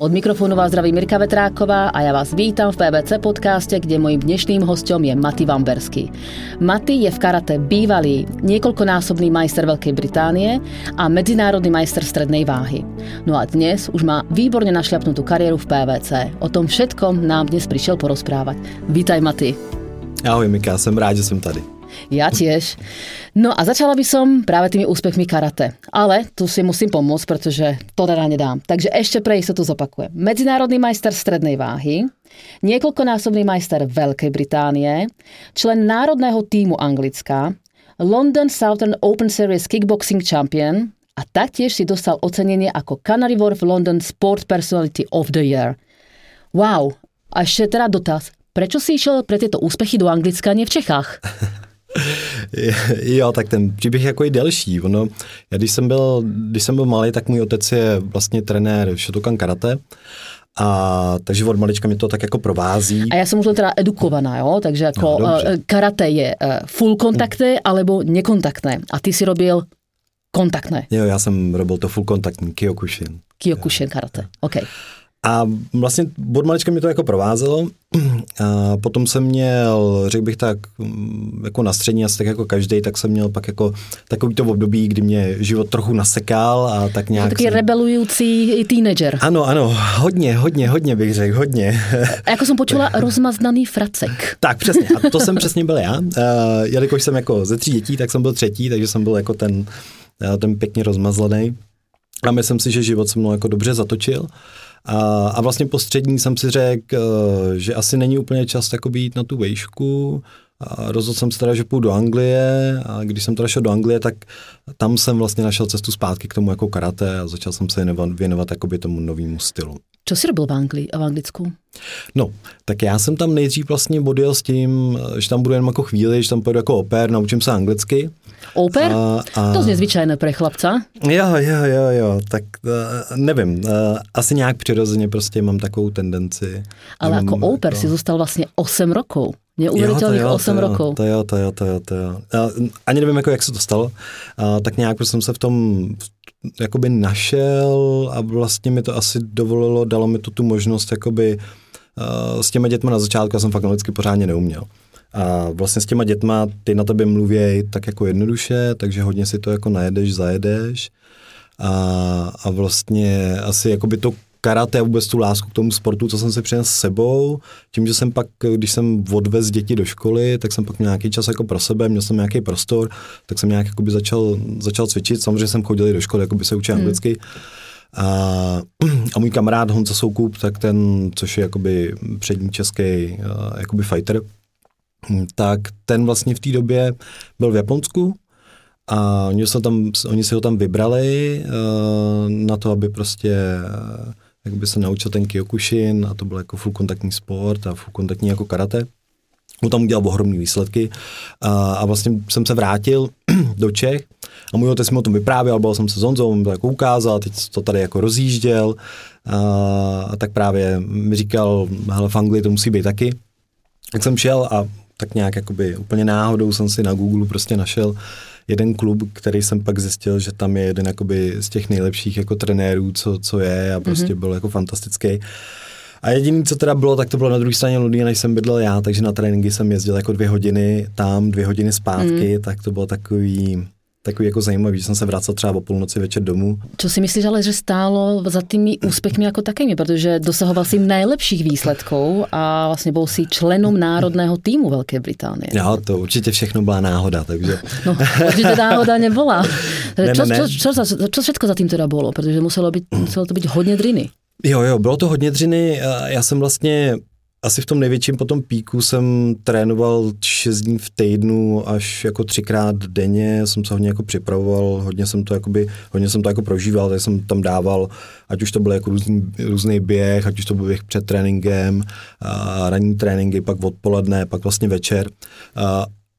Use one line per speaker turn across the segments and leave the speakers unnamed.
Od mikrofonu vás zdraví Mirka Vetráková a já vás vítám v PBC podcaste, kde mojím dnešným hostom je Mati Vamberský. Mati je v karate bývalý niekoľkonásobný majster Veľkej Británie a medzinárodný majster strednej váhy. No a dnes už má výborne našľapnutú kariéru v PBC. O tom všetkom nám dnes prišiel porozprávať. Vítaj, Mati.
Ahoj, Mika, jsem rád, že jsem tady.
Ja tiež. No a začala by som práve tými úspechmi karate. Ale tu si musím pomôcť, pretože to teda nedám. Takže ešte pre istotu zopakujem. Medzinárodný majster strednej váhy, niekoľkonásobný majster Veľkej Británie, člen národného tímu Anglicka, London Southern Open Series Kickboxing Champion a taktiež si dostal ocenenie ako Canary Wharf London Sport Personality of the Year. Wow, a ešte teda dotaz. Prečo si išiel pre tieto úspechy do Anglicka, nie v Čechách?
Jo, tak ten příběh jako i delší. Ono, já když jsem byl malý, tak můj otec je vlastně trenér Shotokan karate. A takže od malička mi to tak jako provází.
A já jsem už teda edukovaná, jo? Takže jako karate je full kontaktné alebo nekontaktné. A ty si robil kontaktné.
Jo, já jsem robil to full kontaktní, Kyokushin.
Kyokushin karate, OK.
A vlastně od malička mě to jako provázelo. A potom jsem měl, řekl bych tak, jako na střední, asi tak jako každej, tak jsem měl pak jako takový to období, kdy mě život trochu nasekal a tak nějak...
Taký rebelující teenager.
Ano, hodně bych řekl, hodně.
A jako jsem počula rozmaznaný fracek.
Tak, přesně, a to jsem přesně byl já. Jelikož jsem jako ze 3 dětí, tak jsem byl 3, takže jsem byl jako ten pěkně rozmazlený. A myslím si, že život se mnou jako dobře zatočil. A vlastně po střední jsem si řekl, že asi není úplně čas jako být na tu vejšku. A rozhodl jsem se teda, že půjdu do Anglie a když jsem teda šel do Anglie, tak tam jsem vlastně našel cestu zpátky k tomu jako karate a začal jsem se věnovat jakoby tomu novému stylu.
Co jsi robil v Anglicku?
No, tak já jsem tam nejdřív vlastně odjel s tím, že tam budu jen jako chvíli, že tam pojedu jako au pair, naučím se anglicky.
Au pair? To je zvyčajné pre chlapca.
Jo, tak nevím, asi nějak přirozeně prostě mám takovou tendenci.
Ale jako au pair si zůstal vlastně 8 rokov. Neuvěřitelných 8 rokov.
To jo. Ani nevím, jako, jak se to stalo. Tak nějak prostě jsem se v tom jakoby našel a vlastně mi to asi dalo mi to tu možnost jakoby s těma dětma na začátku, já jsem fakt anglicky pořádně neuměl. A vlastně s těma dětma ty na tebe mluvěj tak jako jednoduše, takže hodně si to jako najedeš, zajedeš a vlastně asi jakoby to karate a vůbec tu lásku k tomu sportu, co jsem si přinesl s sebou, tím, že jsem pak, když jsem odvez děti do školy, tak jsem pak měl nějaký čas jako pro sebe, měl jsem nějaký prostor, tak jsem nějak jakoby začal cvičit, samozřejmě jsem chodil i do školy, jakoby se učil anglicky. A můj kamarád Honza Soukup, tak ten, což je jakoby přední český jakoby fighter, tak ten vlastně v té době byl v Japonsku a oni si ho tam vybrali na to, aby prostě jakoby se naučil ten Kyokushin a to byl jako full kontaktní sport a full kontaktní jako karate. On tam udělal ohromný výsledky a vlastně jsem se vrátil do Čech a můj otec mi o tom vyprávěl, byl jsem se s Honzou, on to jako ukázal, teď to tady jako rozjížděl a tak právě mi říkal, hele, v Anglii to musí být taky. Tak jsem šel a tak nějak jakoby úplně náhodou jsem si na Google prostě našel jeden klub, který jsem pak zjistil, že tam je jeden jakoby z těch nejlepších jako trenérů, co je a prostě byl jako fantastický. A jediný, co teda bylo, tak to bylo na druhé straně Londýna, než jsem bydlel já, takže na tréninky jsem jezdil jako 2 hodiny tam, 2 hodiny zpátky, tak to bylo takový jako zajímavý, že jsem se vracel třeba o půlnoci večer domů.
Čo si myslíš ale, že stálo za tými úspechmi ako takými, protože dosahoval si najlepších výsledkov a vlastně bol si členom národného týmu Veľkej Británie.
Jo, to určitě všechno byla náhoda, takže...
No, určitě náhoda nebola. Čo všetko za tým teda bolo? Protože muselo to byť hodně driny.
Jo, bylo to hodně dřiny. Já jsem vlastně asi v tom největším potom píku jsem trénoval 6 dní v týdnu až jako 3krát denně, jsem se hodně jako připravoval, hodně jsem to jako prožíval, tak jsem tam dával, ať už to byl jako různý běh, ať už to byl běh před tréninkem, ranní tréninky, pak odpoledne, pak vlastně večer.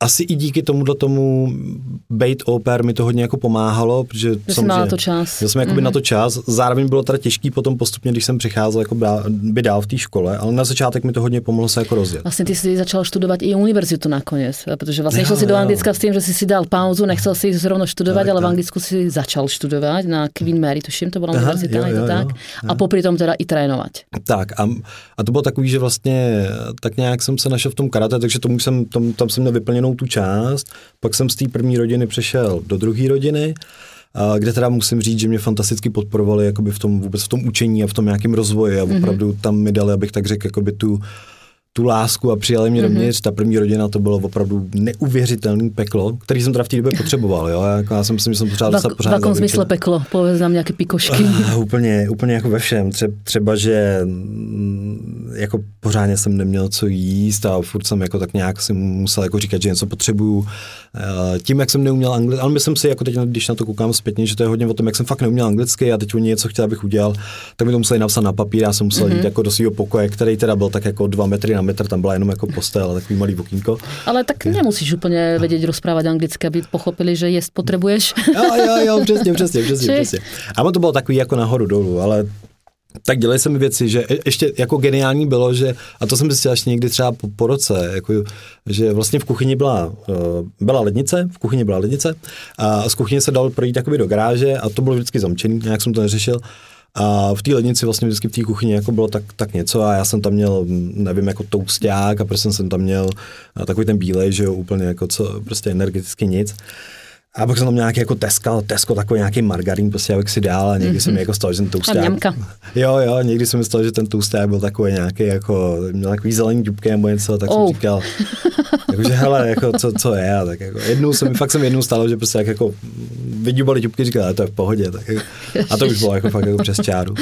asi i díky tomu bejt au pair mi to hodně jako pomáhalo, protože
jsem na to čas.
Měl jsem jakoby na to čas, zároveň bylo teda těžký potom postupně, když jsem přicházel jako by dál v té škole, ale na začátek mi to hodně pomohlo se jako rozjet.
Vlastně ty jsi začal študovat i univerzitu nakonec, protože vlastně šel si do Anglicka s tím, že si dal pauzu, nechcel si zrovna študovat, ale v Anglicku si začal študovat na Queen Mary, tuším, to byla univerzita, je to tak? A popri tom teda i trénovat.
Tak a to bylo takový, že vlastně tak nějak jsem se našel v tom karate, takže tam jsem měl vyplněnou tu část, pak jsem z té první rodiny přešel do druhé rodiny, kde teda musím říct, že mě fantasticky podporovali jakoby vůbec v tom učení a v tom nějakém rozvoji a opravdu tam mi dali, abych tak řekl, jakoby tu lásku a přijali mě dovnitř. Ta první rodina, to bylo opravdu neuvěřitelný peklo, který jsem teda v té době potřeboval. Jo? Já jsem myslím, že jsem pořád
v jakom smysle peklo? Povedz nám nějaké pikošky.
Úplně jako ve všem. Třeba, že jako pořádně jsem neměl co jíst a furt jsem jako tak nějak si musel jako říkat, že něco potřebuju. Tím, jak jsem neuměl anglicky, ale myslím si, jako teď, když na to koukám zpětně, že to je hodně o tom, jak jsem fakt neuměl anglicky a teď oni něco chtěl, abych udělal, tak mi to museli napsat na papír, já jsem musel jít jako do svého pokoje, který teda byl tak jako 2 metry na metr, tam byla jenom jako postel a takový malý okýnko.
Ale tak nemusíš úplně vědět rozprávat anglicky, aby pochopili, že jest potřebuješ.
Jo, přesně. A to bylo takový jako nahoru dolů, ale tak dělají se mi věci, že ještě jako geniální bylo, že, a to jsem zjistil až někdy třeba po roce, jako, že vlastně v kuchyni byla lednice, a z kuchyně se dal projít jakoby do garáže a to bylo vždycky zamčený, nějak jsem to neřešil. A v té lednici vlastně vždycky v té kuchyni jako bylo tak něco a já jsem tam měl, nevím, jako tousták a prostě jsem tam měl takový ten bílej, že jo, úplně jako prostě energeticky nic. A pak jsem tam nějaký jako Tesco, takový nějaký margarín, prostě abych si dál a někdy jsem mi jako stalo, že ten tousták. Jo, někdy jsem mi stalo, že ten tousták byl takový nějaký jako, měl takový zelený ďubky nebo něco, tak jsem říkal, jakože hele, jako co je, a tak jako fakt jsem jednou stalo, že prostě jako vyďubali ďubky, říkal, ale to je v pohodě, tak jako, a to už bylo jako fakt jako přes čáru.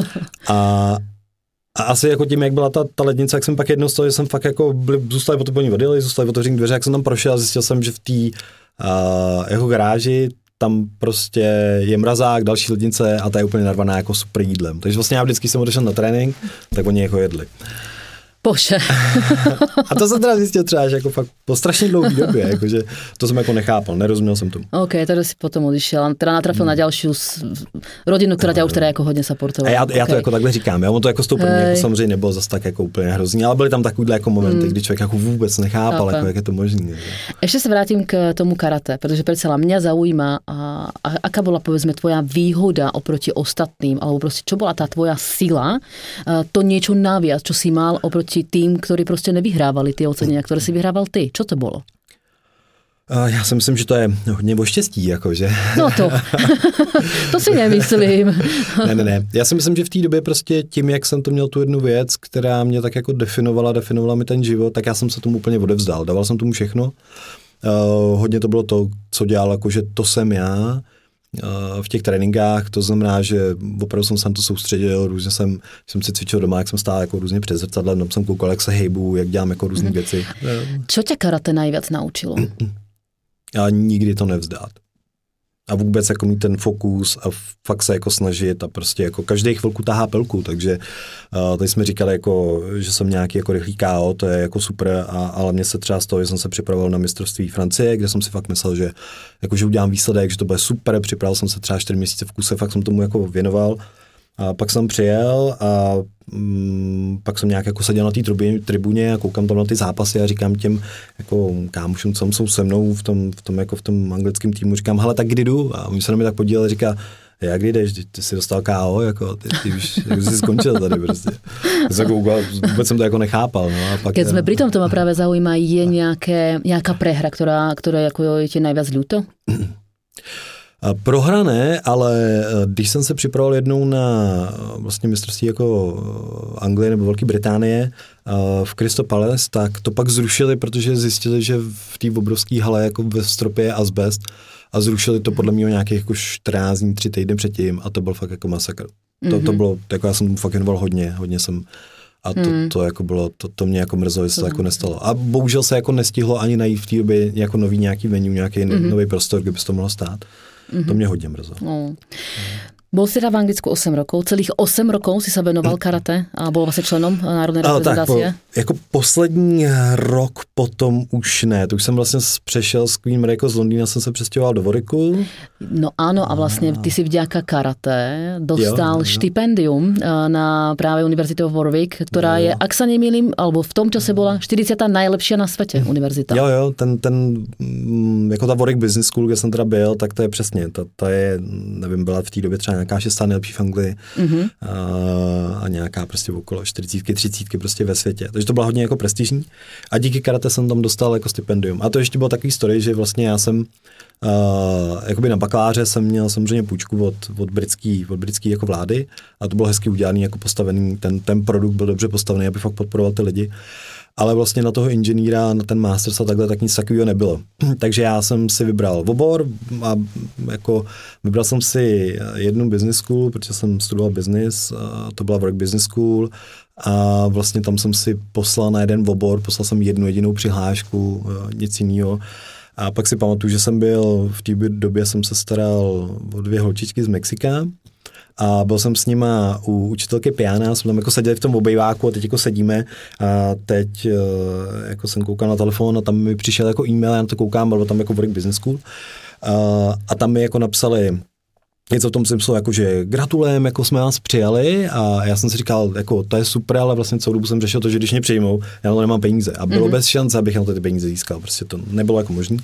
A asi jako tím, jak byla ta lednice, jak jsem pak jednou stalo, že jsem fakt jako zůstali potopení vody, zůstali otevřený dveře, jak jsem tam prošel a zjistil jsem, že v té jako garáži, tam prostě je mrazák, další lednice a ta je úplně narvaná jako super jídlem. Takže vlastně já vždycky jsem odešel na trénink, tak oni jako jedli.
Bože.
A to jsem teda zjistil třeba, že jako fakt po strašně dlouhé době, jakože to jsem jako nechápal, nerozuměl jsem tomu.
OK, takže si potom odišel, teda natrafil na další rodinu, která tě už teda jako hodně supportovala.
A já to jako takhle říkám, on to jako s tou první jako samozřejmě nebylo zase tak jako úplně hrozný, ale byly tam takovýhle jako momenty, kdy člověk jako vůbec nechápal, jako jak je to možné.
Ještě se vrátím k tomu karate, protože predsa mňa zaujíma, aká bola povedzme tvoja výhoda oproti ostatným, alebo prostě čo bola tá tvoja sila, to niečo naviac, čo si mal oproti tým, ktorí prostě nevyhrávali ty ocenenia, ktoré si vyhrával ty. Čo to bolo?
Já si myslím, že to je hodně o štěstí, jakože.
No to si nemyslím.
Ne. Já si myslím, že v té době prostě tím, jak jsem to měl tu jednu věc, která mě tak jako definovala mi ten život, tak já jsem se tomu úplně odevzdal. Dával jsem tomu všechno. Hodně to bylo to, co dělal, jakože to jsem já v těch tréninkách, to znamená, že opravdu jsem se na to soustředil, různě jsem si cvičil doma, jak jsem stál jako různě před zrcadlem, jsem koukal, jak se hejbu, jak dělám jako různé věci.
Čo tě karate nejvíc naučilo?
A nikdy to nevzdát. A vůbec jako mít ten fokus a fakt se jako snažit a prostě jako každý chvilku tahá pelku, takže tady jsme říkali jako, že jsem nějaký jako rychlý KO, to je jako super, ale mně se třeba z toho, že jsem se připravoval na mistrovství Francie, kde jsem si fakt myslel, že udělám výsledek, že to bude super, připravil jsem se třeba 4 měsíce v kuse, fakt jsem tomu jako věnoval. A pak jsem přijel a pak jsem nějak jako seděl na té tribuně a koukám tam na ty zápasy a říkám těm jako kámošům, co jsou se mnou v tom anglickém týmu, říkám, hele, tak kdy jdu? A oni se na mě tak podíleli, říká, jak kdy jdeš, ty jsi dostal KO, jako, ty už jsi skončil tady prostě. Vůbec jsem to jako nechápal. No, a pak,
keď jsme pri tom, to ma práve zaujíma, je nějaká prehra, která jako je ti najviac ľúto?
Prohrané, ale když jsem se připravoval jednou na vlastně mistrovství jako Anglie nebo Velké Británie v Crystal Palace, tak to pak zrušili, protože zjistili, že v té obrovské hale jako ve stropě je azbest a zrušili to podle mě nějakých jako 14 dní, 3 týdny předtím a to byl fakt jako masakr. To bylo, jako já jsem tomu fakt věnoval hodně jsem a to jako bylo, to mě jako mrzelo, že se to jako nestalo. A bohužel se jako nestihlo ani najít v té době jako nějaký venue, nějaký nový prostor, kde by se to mohlo stát. To mě hodně mrzelo.
Bol si teda v Anglicku 8 rokov, celých 8 rokov si sa venoval karate a bol vlastne členom národnej reprezentácie?
Jako poslední rok potom už ne, to už jsem vlastně přešel z Queen Mary, z Londýna jsem se přestěhoval do Warwicku.
No áno, a vlastne ty si vďaka karate dostal štipendium na práve Univerzitu of Warwick, ktorá je, ak sa nemýlim, alebo v tom čase bola 40. najlepšia na svete univerzita.
Jo, jako ta Warwick Business School, kde jsem teda byl, tak to je přesně, to je, nevím, byla v té době třeba nějaká 6. nejlepší v Anglii a nějaká prostě okolo 40, 30 prostě ve světě. Takže to bylo hodně jako prestižní a díky karate jsem tam dostal jako stipendium. A to ještě bylo takový story, že vlastně já jsem jakoby na bakaláře jsem měl samozřejmě půjčku od britský jako vlády a to bylo hezky udělaný, jako postavený, ten produkt byl dobře postavený, aby fakt podporoval ty lidi. Ale vlastně na toho inženýra, na ten masters a takhle, tak nic takového nebylo. Takže já jsem si vybral obor a jako vybral jsem si jednu business school, protože jsem studoval business, to byla Warwick Business School a vlastně tam jsem si poslal na jeden obor, poslal jsem jednu jedinou přihlášku, nic jiného. A pak si pamatuju, že jsem byl, v té době jsem se staral o 2 holčičky z Mexika, a byl jsem s nima u učitelky piana, jsme tam jako seděli v tom obejváku a teď jako sedíme a teď jako jsem koukal na telefon a tam mi přišel jako e-mail, já na to koukám, bylo tam jako Warwick Business School a tam mi jako napsali něco v tom smyslu, jako že gratulujeme, jako jsme vás přijali a já jsem si říkal, jako to je super, ale vlastně celou dobu jsem řešil to, že když mě přijmou, já na to nemám peníze a bylo bez šance, abych na to ty peníze získal, prostě to nebylo jako možný.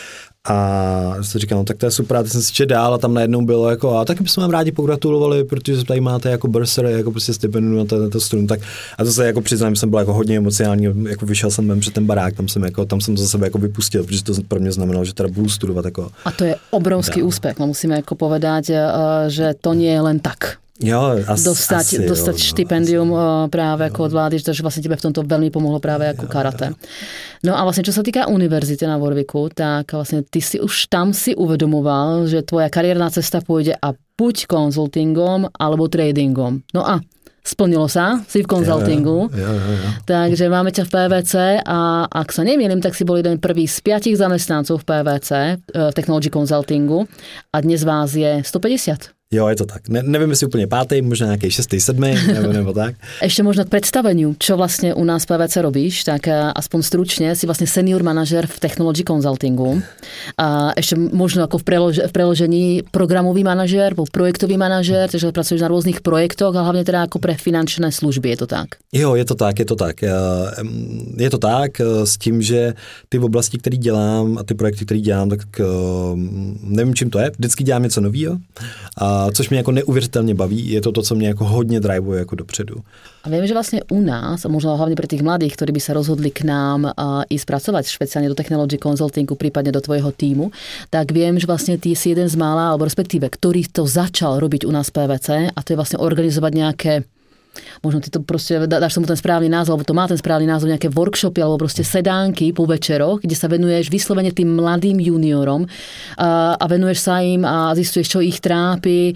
A jsem říkal, no tak to je super, a teď jsem si četl dál a tam najednou bylo jako, a taky bychom vám rádi pogratulovali, protože tady máte jako bursary, jako prostě stipendium na to studium, tak a to se jako přiznám, že jsem byl jako hodně emocionální, jako vyšel jsem před ten barák, tam jsem za sebe jako vypustil, protože to pro mě znamenalo, že teda budu studovat jako.
A to je obrovský úspech, no musíme jako povedať, že to nie je len tak.
Jo,
dostať štipendium práve ako od vlády, že vlastne tebe v tomto veľmi pomohlo práve ako karate. No a vlastne čo sa týka univerzity na Warwicku, tak vlastne ty si už tam si uvedomoval, že tvoja kariérna cesta pôjde a buď konzultingom alebo tradingom. No a splnilo sa, si v konzultingu, takže máme ťa v PVC a ak sa nemýlim, tak si bol jeden prvý z 5 zamestnancov v PVC, v Technology Consultingu a dnes vás je 150.
Jo, je to tak. Nevím, jestli úplně 5., možná nějaký 6., 7., nebo tak.
Ešte možno k predstaveniu, čo vlastne u nás v PVC robíš, tak aspoň stručne si vlastne senior manažer v Technology Consultingu. A ešte možno ako v preložení programový manažer, projektový manažer, takže pracuješ na rôznych projektoch, ale hlavne teda ako pre finančné služby, je to tak? Jo,
je to tak. Je to tak s tím, že ty oblasti, které dělám a ty projekty, které dělám, tak nevím, čím to je. Vždycky dělám něco nového. Což mě jako neuvěřitelně baví, je to, co mě jako hodně drivuje jako dopředu.
A viem, že vlastne u nás, a možno hlavne pre tých mladých, ktorí by sa rozhodli k nám ísť pracovať špeciálne do Technology Consultingu, prípadne do tvojho tímu, tak viem, že vlastne ty si jeden z mála, alebo respektíve, ktorý to začal robiť u nás PVC, a to je vlastne organizovať nejaké, možno ty to proste dáš tomu ten správny názov, alebo to má ten správny názov, nejaké workshopy alebo proste sedánky po večeroch, kde sa venuješ vyslovene tým mladým juniorom a venuješ sa im a zistuješ, čo ich trápi.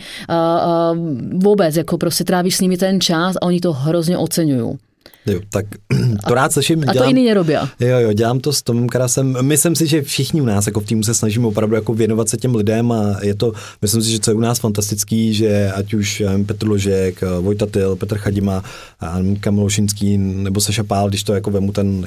Vôbec, ako proste tráviš s nimi ten čas a oni to hrozne oceňujú.
Jo, tak to rád slyším.
A to jiný nerobí.
Jo, dělám to s Tomem Karasem. Myslím si, že všichni u nás jako v týmu se snažíme opravdu jako věnovat se těm lidem a je to, myslím si, že co je u nás fantastický, že ať už Petr Ložek, Vojta Tyl, Petr Chadima, Kamil Ošinský nebo Saša Pál, když to jako vemu ten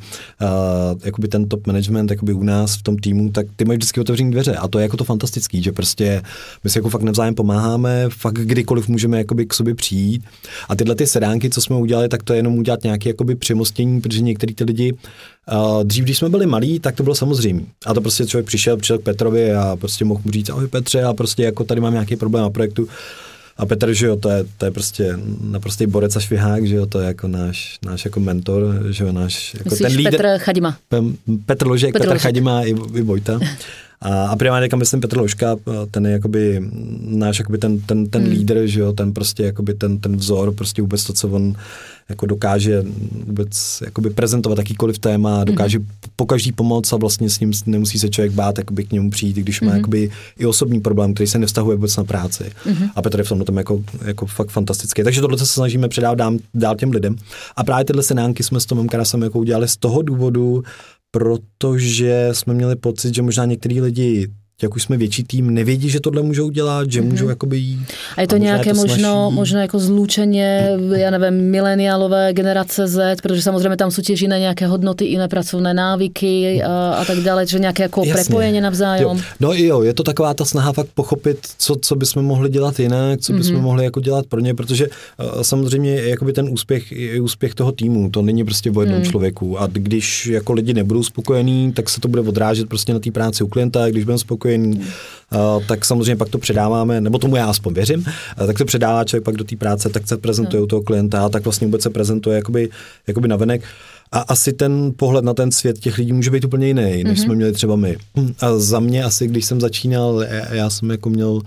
jakoby ten top management jakoby u nás v tom týmu, tak ty mají vždycky otevřený dveře a to je jako to fantastický, že prostě my si jako fakt navzájem pomáháme, fakt kdykoliv můžeme jakoby k sobě přijít a tyhle ty sedánky, co jsme udělali, tak to je jenom udělat nějaké jakoby přemostění, protože některý ty lidi dřív, když jsme byli malí, tak to bylo samozřejmé. A to prostě člověk přišel k Petrovi a prostě mohl mu říct, ahoj Petře, a prostě jako tady mám nějaký problém na projektu. A Petr, že jo, to je prostě naprostý borec a švihák, že jo, to je jako náš jako mentor, že jo, náš jako
myslíš
ten lídr.
Petr Chadima.
Petr Ložek, Petr Chadima i Vojta. A primárně myslím Petr Ložka, ten je jakoby náš jakoby ten lídr, že jo, ten prostě jakoby ten vzor, prostě vůbec to, co on jako dokáže vůbec jakoby prezentovat jakýkoliv téma, dokáže pokaždý pomoct a vlastně s ním nemusí se člověk bát jakoby k němu přijít, když má jakoby i osobní problém, který se nevztahuje vůbec na práci. A Petr je v tomhle jako fakt fantastický. Takže tohle se snažíme předávat dál těm lidem. A právě tyhle sedánky jsme s Tomem Karasem jako udělali z toho důvodu, protože jsme měli pocit, že možná některý lidi jak už jsme větší tým, nevědí, že tohle můžou dělat, že můžou jakoby jít.
A je to nějaké možno jako zlúčenie, ja neviem, mileniálové generace Z, protože samozřejmě tam sú tiež iné nějaké hodnoty, iné pracovné návyky a tak dále, že nějaké jako prepojenie navzájom.
Jo. No jo, je to taková ta snaha fakt pochopit, co bychom mohli dělat jinak, co bychom mohli jako dělat pro ně, protože samozřejmě jakoby ten úspěch toho týmu, to není prostě o jednom člověku a když jako lidi nebudou spokojení, tak se to bude odrážet prostě na té práci u klienta, když budeme spokojení, tak samozřejmě pak to předáváme, nebo tomu já aspoň věřím, tak to předává člověk pak do té práce, tak se prezentuje u toho klienta a tak vlastně vůbec se prezentuje jakoby navenek. A asi ten pohled na ten svět těch lidí může být úplně jiný, než jsme měli třeba my. A za mě asi, když jsem začínal, já jsem jako měl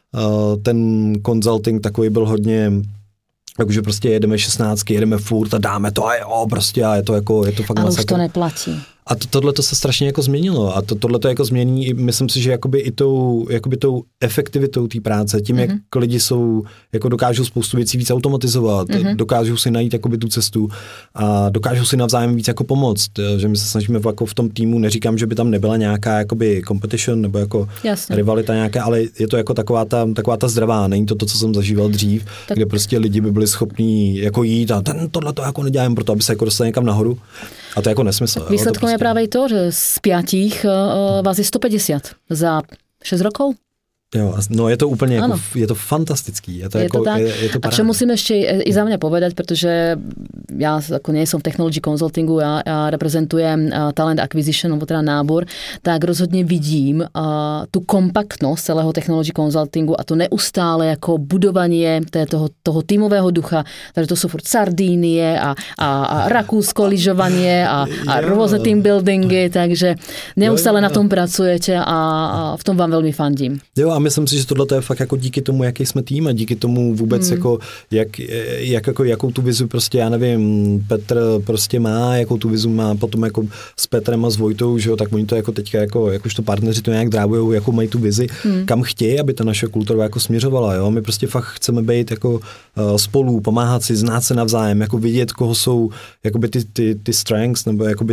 ten consulting takový byl hodně, takže prostě jedeme 16, jedeme furt a dáme to a jo, prostě a je to fakt
ale
masakr.
už to neplatí.
A tohle to se strašně jako změnilo a tohle to jako změní, myslím si, že jakoby i tou efektivitou té práce, tím, jak lidi jsou, jako dokážou spoustu věcí víc automatizovat, dokážou si najít jakoby tu cestu a dokážou si navzájem víc jako pomoct, že my se snažíme jako v tom týmu, neříkám, že by tam nebyla nějaká jakoby competition nebo jako rivalita nějaká, ale je to jako taková ta zdravá, není to, co jsem zažíval dřív, tak, kde prostě lidi by byli schopní jako jít a tohle to jako neděláme proto, aby se jako dostali někam nahoru. A to je jako nesmysl.
Výsledkom je právě i to, že z 5 vás je 150 za 6 rokov.
Jo, no je to úplně jako, je to fantastický. Je to paráda.
A čo musím ešte i za mňa povedať, pretože ja ako nie som v technology consultingu, ja reprezentujem talent acquisition, alebo teda nábor, tak rozhodne vidím tú kompaktnosť celého technology consultingu a to neustále ako budovanie toho tímového ducha, takže to sú furt Sardínie a Rakúsko lyžovanie a rôzne team buildingy, takže neustále na tom pracujete a v tom vám veľmi fandím.
Jo, a myslím si, že tohle je fakt jako díky tomu, jaký jsme tým a díky tomu vůbec jako, jakou tu vizu prostě, já nevím, Petr prostě má, jakou tu vizu má potom jako s Petrem a s Vojtou, že jo, tak oni to jako teďka jakožto partneři to nějak drávujou, jakou mají tu vizi, kam chtějí, aby ta naše kultura jako směřovala, jo, my prostě fakt chceme být jako spolu, pomáhat si, znát se navzájem, jako vidět, koho jsou jakoby ty strengths, nebo jakoby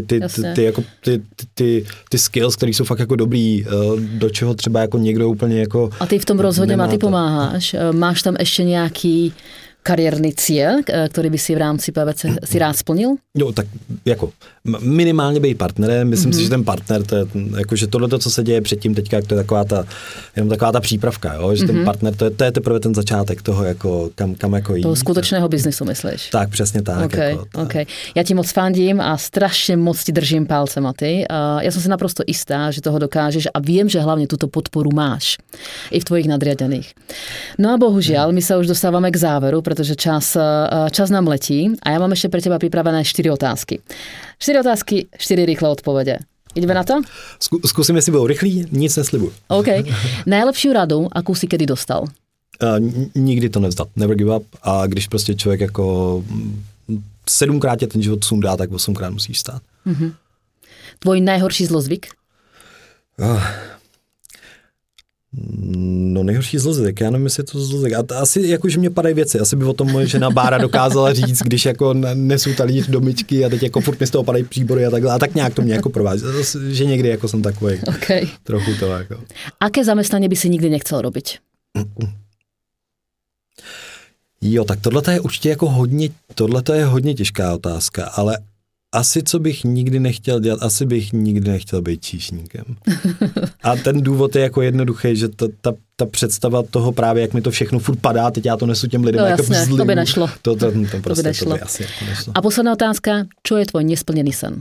ty skills, které jsou fakt jako dobrý, do čeho třeba jako někdo úplně jako a
ty v tom rozhodne a ty pomáháš. Máš tam ešte nejaký kariérny cieľ, ktorý by si v rámci PVC si rád splnil?
Jo, tak jako minimálně být partnerem. Myslím si, že ten partner, to je, jakože tohle, co se děje předtím teďka, to je jenom taková ta přípravka, jo? Že ten partner, to je teprve ten začátek toho, jako, kam jako jít.
Toho skutečného biznesu, myslíš?
Tak, přesně tak.
Okay. Ja ti moc fandím a strašne moc ti držím palce, Maty. Ja som si naprosto istá, že toho dokážeš a viem, že hlavne túto podporu máš i v tvojich nadriadených. No a bohužiaľ, my sa už dostávame k záveru, pretože čas nám letí a ja mám ešte pre teba pripravené 4 otázky. 4 otázky, 4 rýchle odpovede. Ideme na to?
Zkusím, jestli budou rychlý, nic neslibuju.
OK. Najlepšiu radu, akú si kedy dostal?
Nikdy to nevzdat. Never give up. A když prostě člověk jako 7krát tě ten život sundá, tak 8krát musíš stát.
Tvoj najhorší zlozvyk?
No nejhorší zlozvyk, já nevím, jestli je to zlozvyk. A asi jako, že mě padají věci, asi by o tom moje žena Bára dokázala říct, když jako nesu talíř do myčky a teď jako furt mi z toho padají příbory a takhle. A tak nějak to mě jako provází, že někdy jako jsem takový trochu to jako.
Aké zamestnanie by si nikdy nechcel robiť?
Jo, tak tohle je určitě jako hodně těžká otázka, ale asi, co bych nikdy nechtěl dělat, asi bych nikdy nechtěl být číšníkem. A ten důvod je jako jednoduchý, že ta představa toho právě, jak mi to všechno furt padá, teď já to nesu těm lidem jako vzlivu.
To by nešlo.
To prostě by nešlo. To by asi jako nešlo.
A posledná otázka, čo je tvoj nesplněný sen?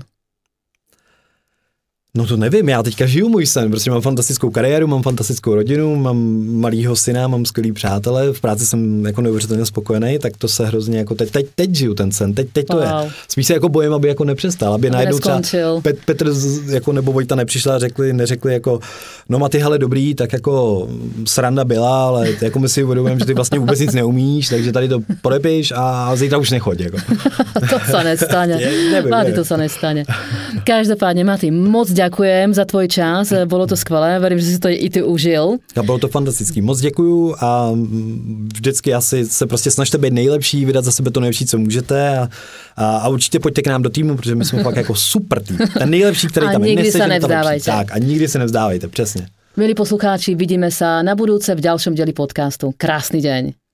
No to nevím, já teďka žiju můj sen, prostě mám fantastickou kariéru, mám fantastickou rodinu, mám malýho syna, mám skvělý přátele, v práci jsem jako neuvěřitelně spokojený, tak to se hrozně jako teď žiju ten sen, teď to je. Spíš se jako bojím, aby jako nepřestal, aby najednou třeba Petr jako nebo Vojta nepřišla a neřekli jako, no Maty, hele dobrý, tak jako sranda byla, ale jako my si uvědomujeme, že ty vlastně vůbec nic neumíš, takže tady to podepíš a zítra už nechoď. Jako.
To sa nestane. Maty, to sa nestane. Každopádně, Maty, moc ďakujem za tvoj čas, bolo to skvelé, verím, že si to i ty užil.
A bylo to fantastický, moc děkuju a vždycky asi se prostě snažte být nejlepší, vydat za sebe to nejlepší, co můžete a určitě pojďte k nám do týmu, protože my jsme fakt jako super tým, ten nejlepší, který tam je.
A nikdy se nevzdávajte.
Tak, a nikdy se nevzdávejte, přesně.
Milí poslucháči, vidíme sa na budúce v ďalšom dieli podcastu. Krásny deň.